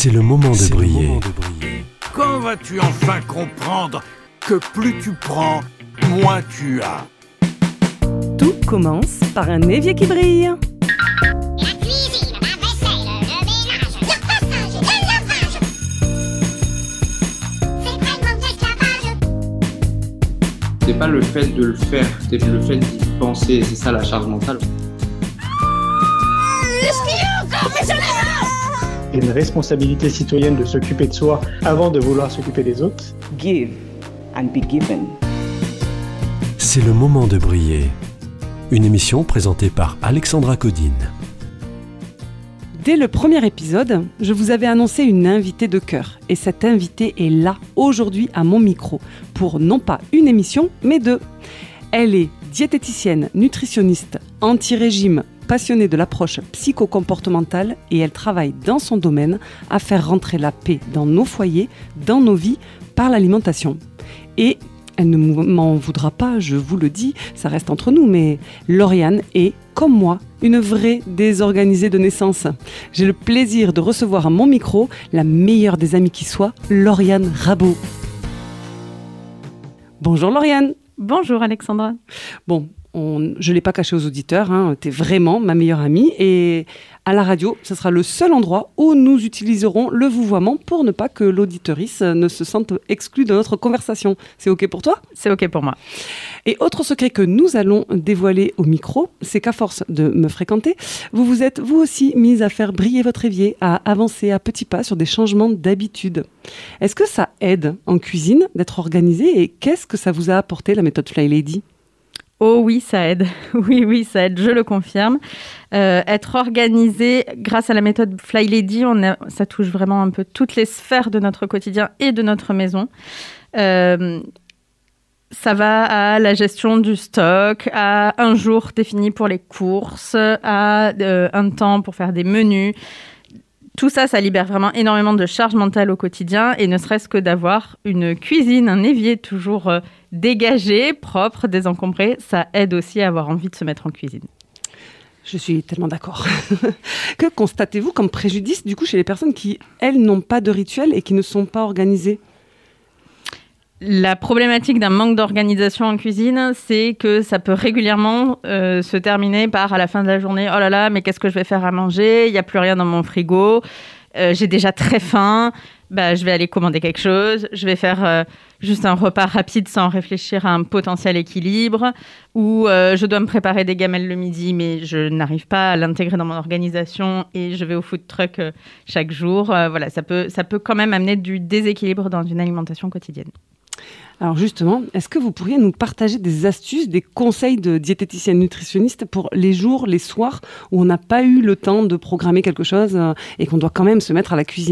C'est le moment de briller. Quand vas-tu enfin comprendre que plus tu prends, moins tu as? Tout commence par un évier qui brille. La cuisine, la vaisselle, le ménage, le passage et le lavage. C'est vraiment de l'esclavage. C'est pas le fait de le faire, c'est le fait d'y penser, c'est ça la charge mentale. Il y a une responsabilité citoyenne de s'occuper de soi avant de vouloir s'occuper des autres. Give and be given. C'est le moment de briller. Une émission présentée par Alexandra Codine. Dès le premier épisode, je vous avais annoncé une invitée de cœur. Et cette invitée est là, aujourd'hui, à mon micro, pour non pas une émission, mais deux. Elle est diététicienne, nutritionniste, anti-régime, passionnée de l'approche psycho-comportementale et elle travaille dans son domaine à faire rentrer la paix dans nos foyers, dans nos vies, par l'alimentation. Et elle ne m'en voudra pas, je vous le dis, ça reste entre nous, mais Lauriane est, comme moi, une vraie désorganisée de naissance. J'ai le plaisir de recevoir à mon micro la meilleure des amies qui soit, Lauriane Rabaud. Bonjour Lauriane. Bonjour Alexandra. Bon, je ne l'ai pas caché aux auditeurs, tu es vraiment ma meilleure amie et à la radio, ce sera le seul endroit où nous utiliserons le vouvoiement pour ne pas que l'auditorice ne se sente exclue de notre conversation. C'est OK pour toi ? C'est OK pour moi. Et autre secret que nous allons dévoiler au micro, c'est qu'à force de me fréquenter, vous vous êtes vous aussi mise à faire briller votre évier, à avancer à petits pas sur des changements d'habitude. Est-ce que ça aide en cuisine d'être organisé et qu'est-ce que ça vous a apporté la méthode Fly Lady ? Oh oui, ça aide. Oui, ça aide, je le confirme. Être organisé grâce à la méthode Fly Lady, ça touche vraiment un peu toutes les sphères de notre quotidien et de notre maison. Ça va à la gestion du stock, à un jour défini pour les courses, à un temps pour faire des menus. Tout ça, ça libère vraiment énormément de charge mentale au quotidien et ne serait-ce que d'avoir une cuisine, un évier toujours dégagé, propre, désencombré, ça aide aussi à avoir envie de se mettre en cuisine. Je suis tellement d'accord. Que constatez-vous comme préjudice du coup chez les personnes qui, elles, n'ont pas de rituel et qui ne sont pas organisées ? La problématique d'un manque d'organisation en cuisine, c'est que ça peut régulièrement se terminer par, à la fin de la journée, « Oh là là, mais qu'est-ce que je vais faire à manger ? Il n'y a plus rien dans mon frigo. J'ai déjà très faim. Je vais aller commander quelque chose. Je vais faire juste un repas rapide sans réfléchir à un potentiel équilibre. Ou je dois me préparer des gamelles le midi, mais je n'arrive pas à l'intégrer dans mon organisation et je vais au food truck chaque jour. » Voilà, ça peut quand même amener du déséquilibre dans une alimentation quotidienne. Alors justement, est-ce que vous pourriez nous partager des astuces, des conseils de diététicienne nutritionniste pour les jours, les soirs où on n'a pas eu le temps de programmer quelque chose et qu'on doit quand même se mettre à la cuisine ?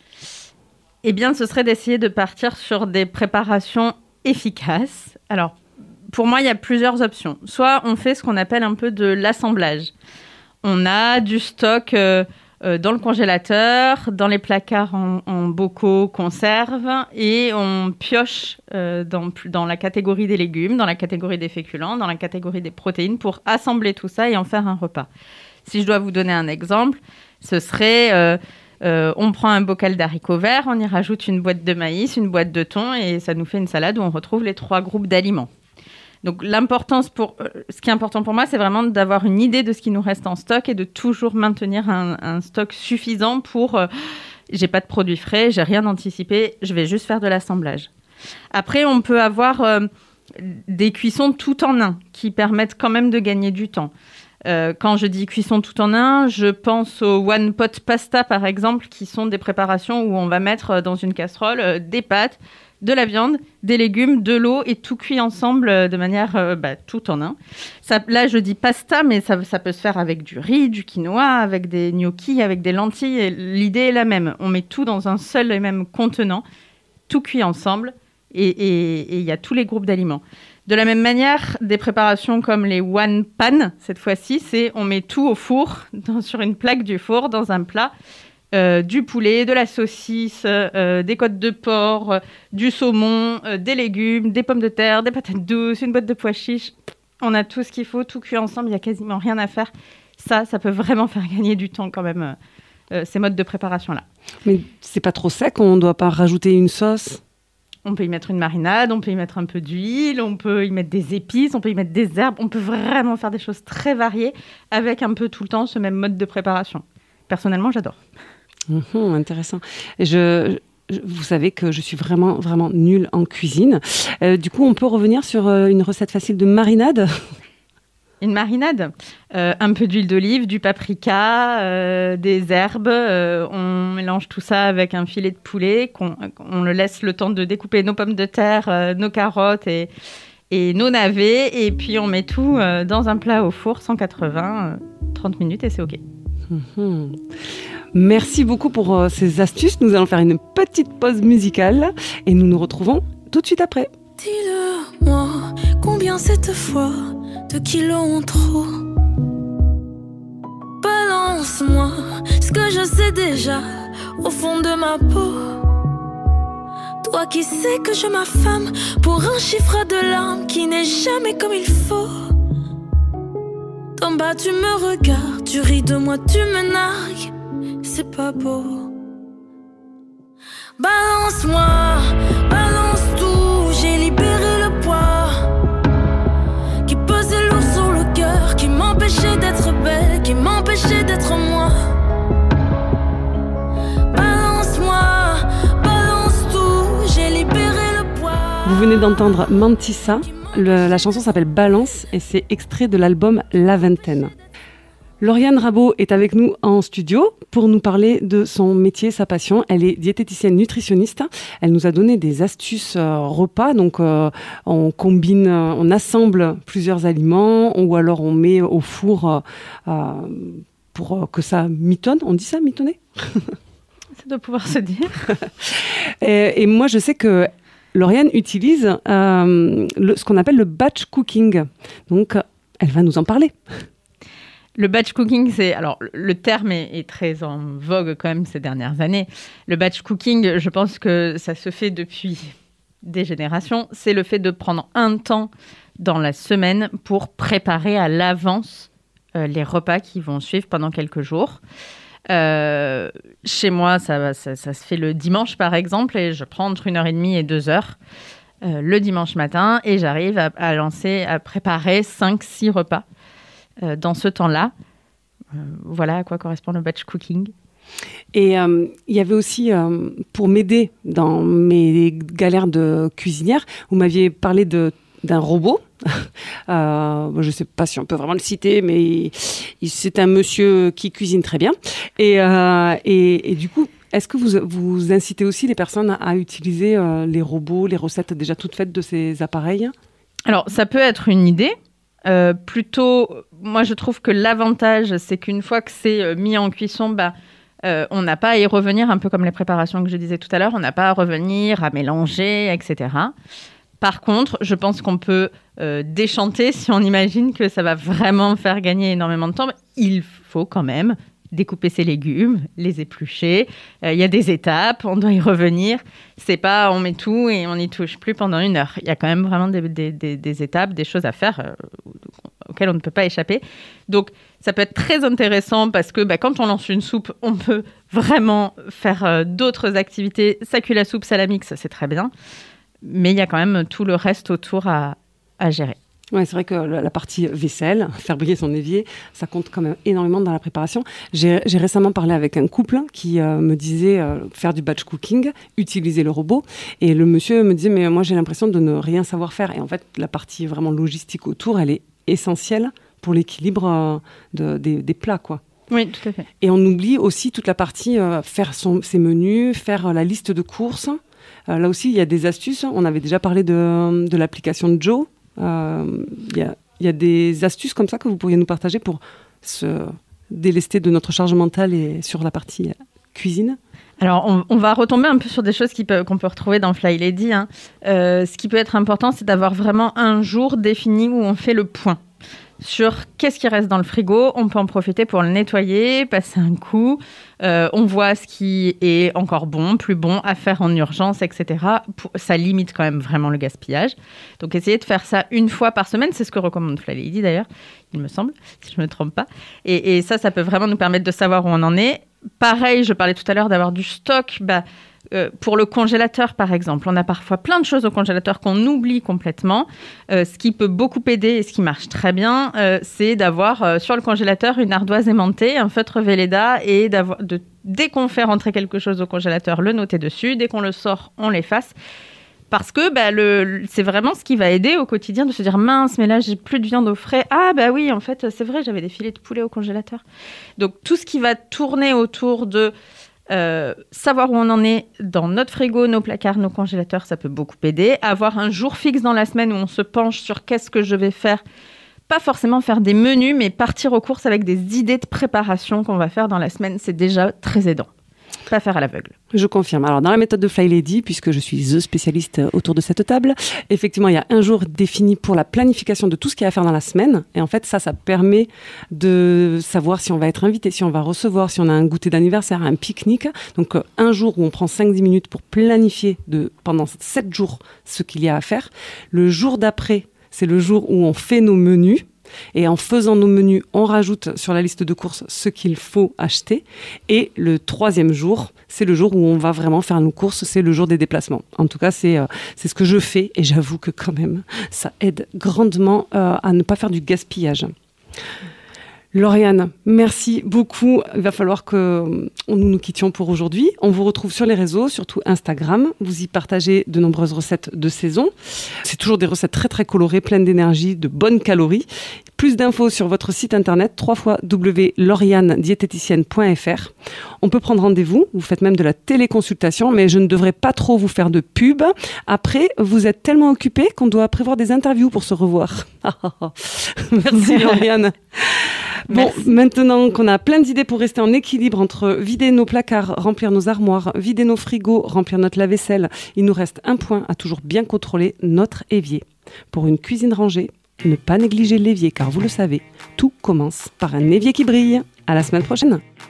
Eh bien, ce serait d'essayer de partir sur des préparations efficaces. Alors, pour moi, il y a plusieurs options. Soit on fait ce qu'on appelle un peu de l'assemblage. On a du stock dans le congélateur, dans les placards en bocaux conserve et on pioche dans la catégorie des légumes, dans la catégorie des féculents, dans la catégorie des protéines pour assembler tout ça et en faire un repas. Si je dois vous donner un exemple, ce serait on prend un bocal d'haricots verts, on y rajoute une boîte de maïs, une boîte de thon et ça nous fait une salade où on retrouve les 3 groupes d'aliments. Donc, ce qui est important pour moi, c'est vraiment d'avoir une idée de ce qui nous reste en stock et de toujours maintenir un stock suffisant pour j'ai pas de produits frais, j'ai rien anticipé, je vais juste faire de l'assemblage. Après, on peut avoir des cuissons tout en un qui permettent quand même de gagner du temps. Quand je dis cuisson tout en un, je pense au one pot pasta par exemple, qui sont des préparations où on va mettre dans une casserole des pâtes, de la viande, des légumes, de l'eau et tout cuit ensemble de manière tout en un. Ça, là, je dis pasta, mais ça peut se faire avec du riz, du quinoa, avec des gnocchis, avec des lentilles. Et l'idée est la même. On met tout dans un seul et même contenant, tout cuit ensemble et il y a tous les groupes d'aliments. De la même manière, des préparations comme les one pan, cette fois-ci, c'est on met tout au four, sur une plaque du four, dans un plat. Du poulet, de la saucisse, des côtes de porc, du saumon, des légumes, des pommes de terre, des patates douces, une boîte de pois chiches. On a tout ce qu'il faut, tout cuit ensemble, il n'y a quasiment rien à faire. Ça peut vraiment faire gagner du temps quand même ces modes de préparation-là. Mais c'est pas trop sec, on ne doit pas rajouter une sauce? On peut y mettre une marinade, on peut y mettre un peu d'huile, on peut y mettre des épices, on peut y mettre des herbes. On peut vraiment faire des choses très variées avec un peu tout le temps ce même mode de préparation. Personnellement, j'adore. Intéressant. Et vous savez que je suis vraiment, vraiment nulle en cuisine. Du coup, on peut revenir sur une recette facile de marinade? Une marinade, un peu d'huile d'olive, du paprika, des herbes. On mélange tout ça avec un filet de poulet. On le laisse le temps de découper nos pommes de terre, nos carottes et nos navets. Et puis on met tout dans un plat au four, 180, 30 minutes et c'est OK. Merci beaucoup pour ces astuces. Nous allons faire une petite pause musicale et nous nous retrouvons tout de suite après. Dis-le-moi, combien cette fois de kilos en trop? Balance-moi ce que je sais déjà au fond de ma peau. Toi qui sais que je m'affame pour un chiffre de larmes qui n'est jamais comme il faut. D'en bas tu me regardes, tu ris de moi, tu me nargues. C'est pas beau. Balance-moi, balance tout, j'ai libéré le poids qui pesait lourd sur le cœur, qui m'empêchait d'être belle, qui m'empêchait d'être moi. Balance-moi, balance tout, j'ai libéré le poids. Vous venez d'entendre Mantissa. La chanson s'appelle Balance et c'est extrait de l'album La Vingtaine. Lauriane Rabot est avec nous en studio pour nous parler de son métier, sa passion. Elle est diététicienne nutritionniste. Elle nous a donné des astuces repas. Donc, on combine, on assemble plusieurs aliments ou alors on met au four pour que ça mitonne. On dit ça, mitonner? Ça doit pouvoir se dire. Et moi, je sais que Lauriane utilise ce qu'on appelle le batch cooking. Donc, elle va nous en parler. Le batch cooking, alors le terme est très en vogue quand même ces dernières années. Le batch cooking, je pense que ça se fait depuis des générations. C'est le fait de prendre un temps dans la semaine pour préparer à l'avance les repas qui vont suivre pendant quelques jours. Chez moi, ça se fait le dimanche par exemple, et je prends entre 1h30 et 2h le dimanche matin et j'arrive à préparer 5-6 repas. Dans ce temps-là, voilà à quoi correspond le batch cooking. Et il y avait aussi, pour m'aider dans mes galères de cuisinière, vous m'aviez parlé d'un robot. Je ne sais pas si on peut vraiment le citer, mais c'est un monsieur qui cuisine très bien. Et du coup, est-ce que vous incitez aussi les personnes à utiliser les robots, les recettes déjà toutes faites de ces appareils? Alors, ça peut être une idée. Plutôt, moi je trouve que l'avantage, c'est qu'une fois que c'est mis en cuisson, on n'a pas à y revenir, un peu comme les préparations que je disais tout à l'heure, on n'a pas à revenir, à mélanger, etc. Par contre, je pense qu'on peut déchanter si on imagine que ça va vraiment faire gagner énormément de temps. Il faut quand même découper ses légumes, les éplucher. Il y a des étapes, on doit y revenir. C'est pas on met tout et on n'y touche plus pendant 1 heure. Il y a quand même vraiment des étapes, des choses à faire auxquelles on ne peut pas échapper. Donc, ça peut être très intéressant parce que quand on lance une soupe, on peut vraiment faire d'autres activités. Ça cuit la soupe, ça la mixe, c'est très bien. Mais il y a quand même tout le reste autour à gérer. Ouais, c'est vrai que la partie vaisselle, faire briller son évier, ça compte quand même énormément dans la préparation. J'ai récemment parlé avec un couple qui me disait faire du batch cooking, utiliser le robot. Et le monsieur me disait, mais moi j'ai l'impression de ne rien savoir faire. Et en fait, la partie vraiment logistique autour, elle est essentielle pour l'équilibre des plats, quoi. Oui, tout à fait. Et on oublie aussi toute la partie faire ses menus, faire la liste de courses. Là aussi, il y a des astuces. On avait déjà parlé de l'application de Joe. Il y a des astuces comme ça que vous pourriez nous partager pour se délester de notre charge mentale et sur la partie cuisine? Alors, on va retomber un peu sur des choses qu'on peut retrouver dans Fly Lady. Ce qui peut être important, c'est d'avoir vraiment un jour défini où on fait le point sur qu'est-ce qui reste dans le frigo. On peut en profiter pour le nettoyer, passer un coup. On voit ce qui est encore bon, plus bon à faire en urgence, etc. Ça limite quand même vraiment le gaspillage. Donc, essayez de faire ça 1 fois par semaine. C'est ce que recommande Fly Lady d'ailleurs, il me semble, si je ne me trompe pas. Et ça peut vraiment nous permettre de savoir où on en est. pareil, je parlais tout à l'heure d'avoir du stock. Pour le congélateur, par exemple, on a parfois plein de choses au congélateur qu'on oublie complètement. Ce qui peut beaucoup aider et ce qui marche très bien, c'est d'avoir sur le congélateur une ardoise aimantée, un feutre Velleda et dès qu'on fait rentrer quelque chose au congélateur, le noter dessus. Dès qu'on le sort, on l'efface. Parce que c'est vraiment ce qui va aider au quotidien de se dire « Mince, mais là, j'ai plus de viande au frais. Ah, oui, en fait, c'est vrai, j'avais des filets de poulet au congélateur. » Donc, tout ce qui va tourner autour de savoir où on en est dans notre frigo, nos placards, nos congélateurs, ça peut beaucoup aider. Avoir un jour fixe dans la semaine où on se penche sur qu'est-ce que je vais faire. Pas forcément faire des menus, mais partir aux courses avec des idées de préparation qu'on va faire dans la semaine, c'est déjà très aidant. Pas faire à l'aveugle. Je confirme. Alors, dans la méthode de Fly Lady, puisque je suis the spécialiste autour de cette table, effectivement, il y a un jour défini pour la planification de tout ce qu'il y a à faire dans la semaine. Et en fait, ça permet de savoir si on va être invité, si on va recevoir, si on a un goûter d'anniversaire, un pique-nique. Donc, un jour où on prend 5-10 minutes pour planifier pendant 7 jours ce qu'il y a à faire. Le jour d'après, c'est le jour où on fait nos menus. Et en faisant nos menus, on rajoute sur la liste de courses ce qu'il faut acheter. Et le 3e jour, c'est le jour où on va vraiment faire nos courses, c'est le jour des déplacements. En tout cas, c'est ce que je fais et j'avoue que quand même, ça aide grandement à ne pas faire du gaspillage. Lauriane, merci beaucoup. Il va falloir que nous quittions pour aujourd'hui. On vous retrouve sur les réseaux, surtout Instagram. Vous y partagez de nombreuses recettes de saison. C'est toujours des recettes très très colorées, pleines d'énergie, de bonnes calories. Plus d'infos sur votre site internet www.laurianediététicienne.fr. On peut prendre rendez-vous. Vous faites même de la téléconsultation, mais je ne devrais pas trop vous faire de pub. Après, vous êtes tellement occupé qu'on doit prévoir des interviews pour se revoir. Merci Lauriane. Bon, maintenant qu'on a plein d'idées pour rester en équilibre entre vider nos placards, remplir nos armoires, vider nos frigos, remplir notre lave-vaisselle, il nous reste un point à toujours bien contrôler, notre évier. Pour une cuisine rangée, ne pas négliger l'évier car vous le savez, tout commence par un évier qui brille. À la semaine prochaine.